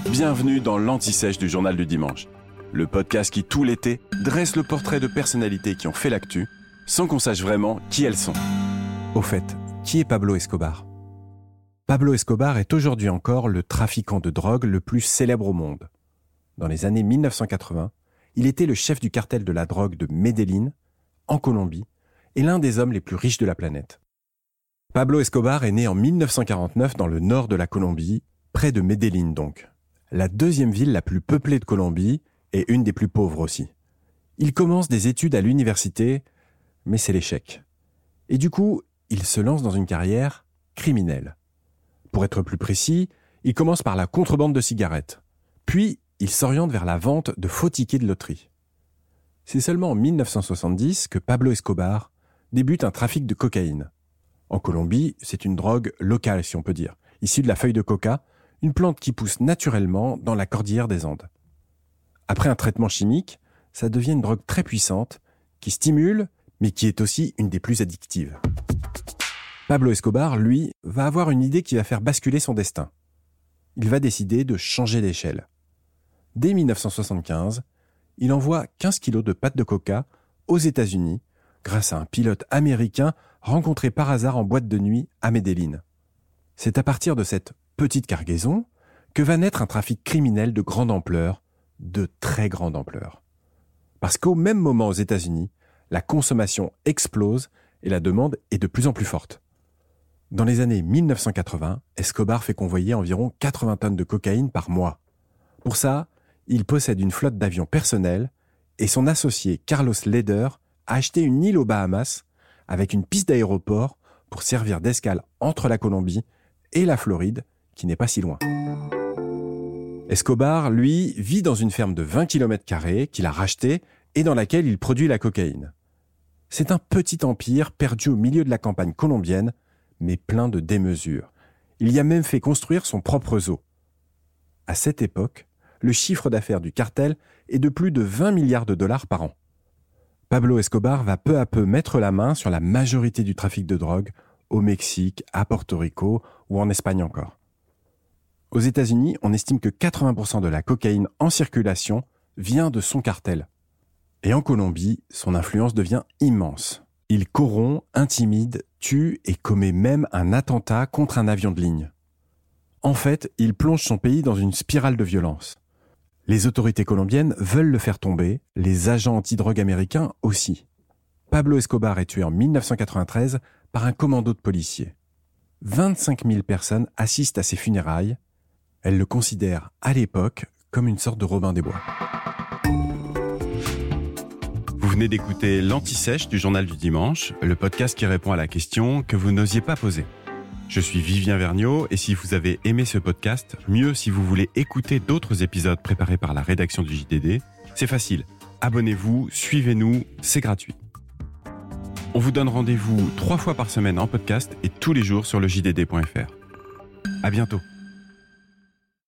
Bienvenue dans l'Anti-Sèche du Journal du Dimanche, le podcast qui, tout l'été, dresse le portrait de personnalités qui ont fait l'actu, sans qu'on sache vraiment qui elles sont. Au fait, qui est Pablo Escobar ? Pablo Escobar est aujourd'hui encore le trafiquant de drogue le plus célèbre au monde. Dans les années 1980, il était le chef du cartel de la drogue de Medellín, en Colombie, et l'un des hommes les plus riches de la planète. Pablo Escobar est né en 1949 dans le nord de la Colombie, près de Medellín donc. La deuxième ville la plus peuplée de Colombie et une des plus pauvres aussi. Il commence des études à l'université, mais c'est l'échec. Et du coup, il se lance dans une carrière criminelle. Pour être plus précis, il commence par la contrebande de cigarettes. Puis, il s'oriente vers la vente de faux tickets de loterie. C'est seulement en 1970 que Pablo Escobar débute un trafic de cocaïne. En Colombie, c'est une drogue locale, si on peut dire, issue de la feuille de coca, une plante qui pousse naturellement dans la cordillère des Andes. Après un traitement chimique, ça devient une drogue très puissante, qui stimule, mais qui est aussi une des plus addictives. Pablo Escobar, lui, va avoir une idée qui va faire basculer son destin. Il va décider de changer d'échelle. Dès 1975, il envoie 15 kilos de pâte de coca aux États-Unis grâce à un pilote américain rencontré par hasard en boîte de nuit à Medellín. C'est à partir de cette petite cargaison que va naître un trafic criminel de grande ampleur, de très grande ampleur. Parce qu'au même moment aux États-Unis, la consommation explose et la demande est de plus en plus forte. Dans les années 1980, Escobar fait convoyer environ 80 tonnes de cocaïne par mois. Pour ça, il possède une flotte d'avions personnels et son associé Carlos Leder a acheté une île aux Bahamas avec une piste d'aéroport pour servir d'escale entre la Colombie et la Floride, qui n'est pas si loin. Escobar, lui, vit dans une ferme de 20 km² qu'il a rachetée et dans laquelle il produit la cocaïne. C'est un petit empire perdu au milieu de la campagne colombienne, mais plein de démesures. Il y a même fait construire son propre zoo. À cette époque, le chiffre d'affaires du cartel est de plus de 20 milliards de dollars par an. Pablo Escobar va peu à peu mettre la main sur la majorité du trafic de drogue au Mexique, à Porto Rico ou en Espagne encore. Aux États-Unis, on estime que 80% de la cocaïne en circulation vient de son cartel. Et en Colombie, son influence devient immense. Il corrompt, intimide, tue et commet même un attentat contre un avion de ligne. En fait, il plonge son pays dans une spirale de violence. Les autorités colombiennes veulent le faire tomber, les agents antidrogue américains aussi. Pablo Escobar est tué en 1993 par un commando de policiers. 25 000 personnes assistent à ses funérailles. Elles le considèrent à l'époque comme une sorte de Robin des Bois. Vous venez d'écouter l'Anti-Sèche du Journal du Dimanche, le podcast qui répond à la question que vous n'osiez pas poser. Je suis Vivien Vergniaud et si vous avez aimé ce podcast, mieux si vous voulez écouter d'autres épisodes préparés par la rédaction du JDD, c'est facile. Abonnez-vous, suivez-nous, c'est gratuit. On vous donne rendez-vous 3 fois par semaine en podcast et tous les jours sur le JDD.fr. À bientôt.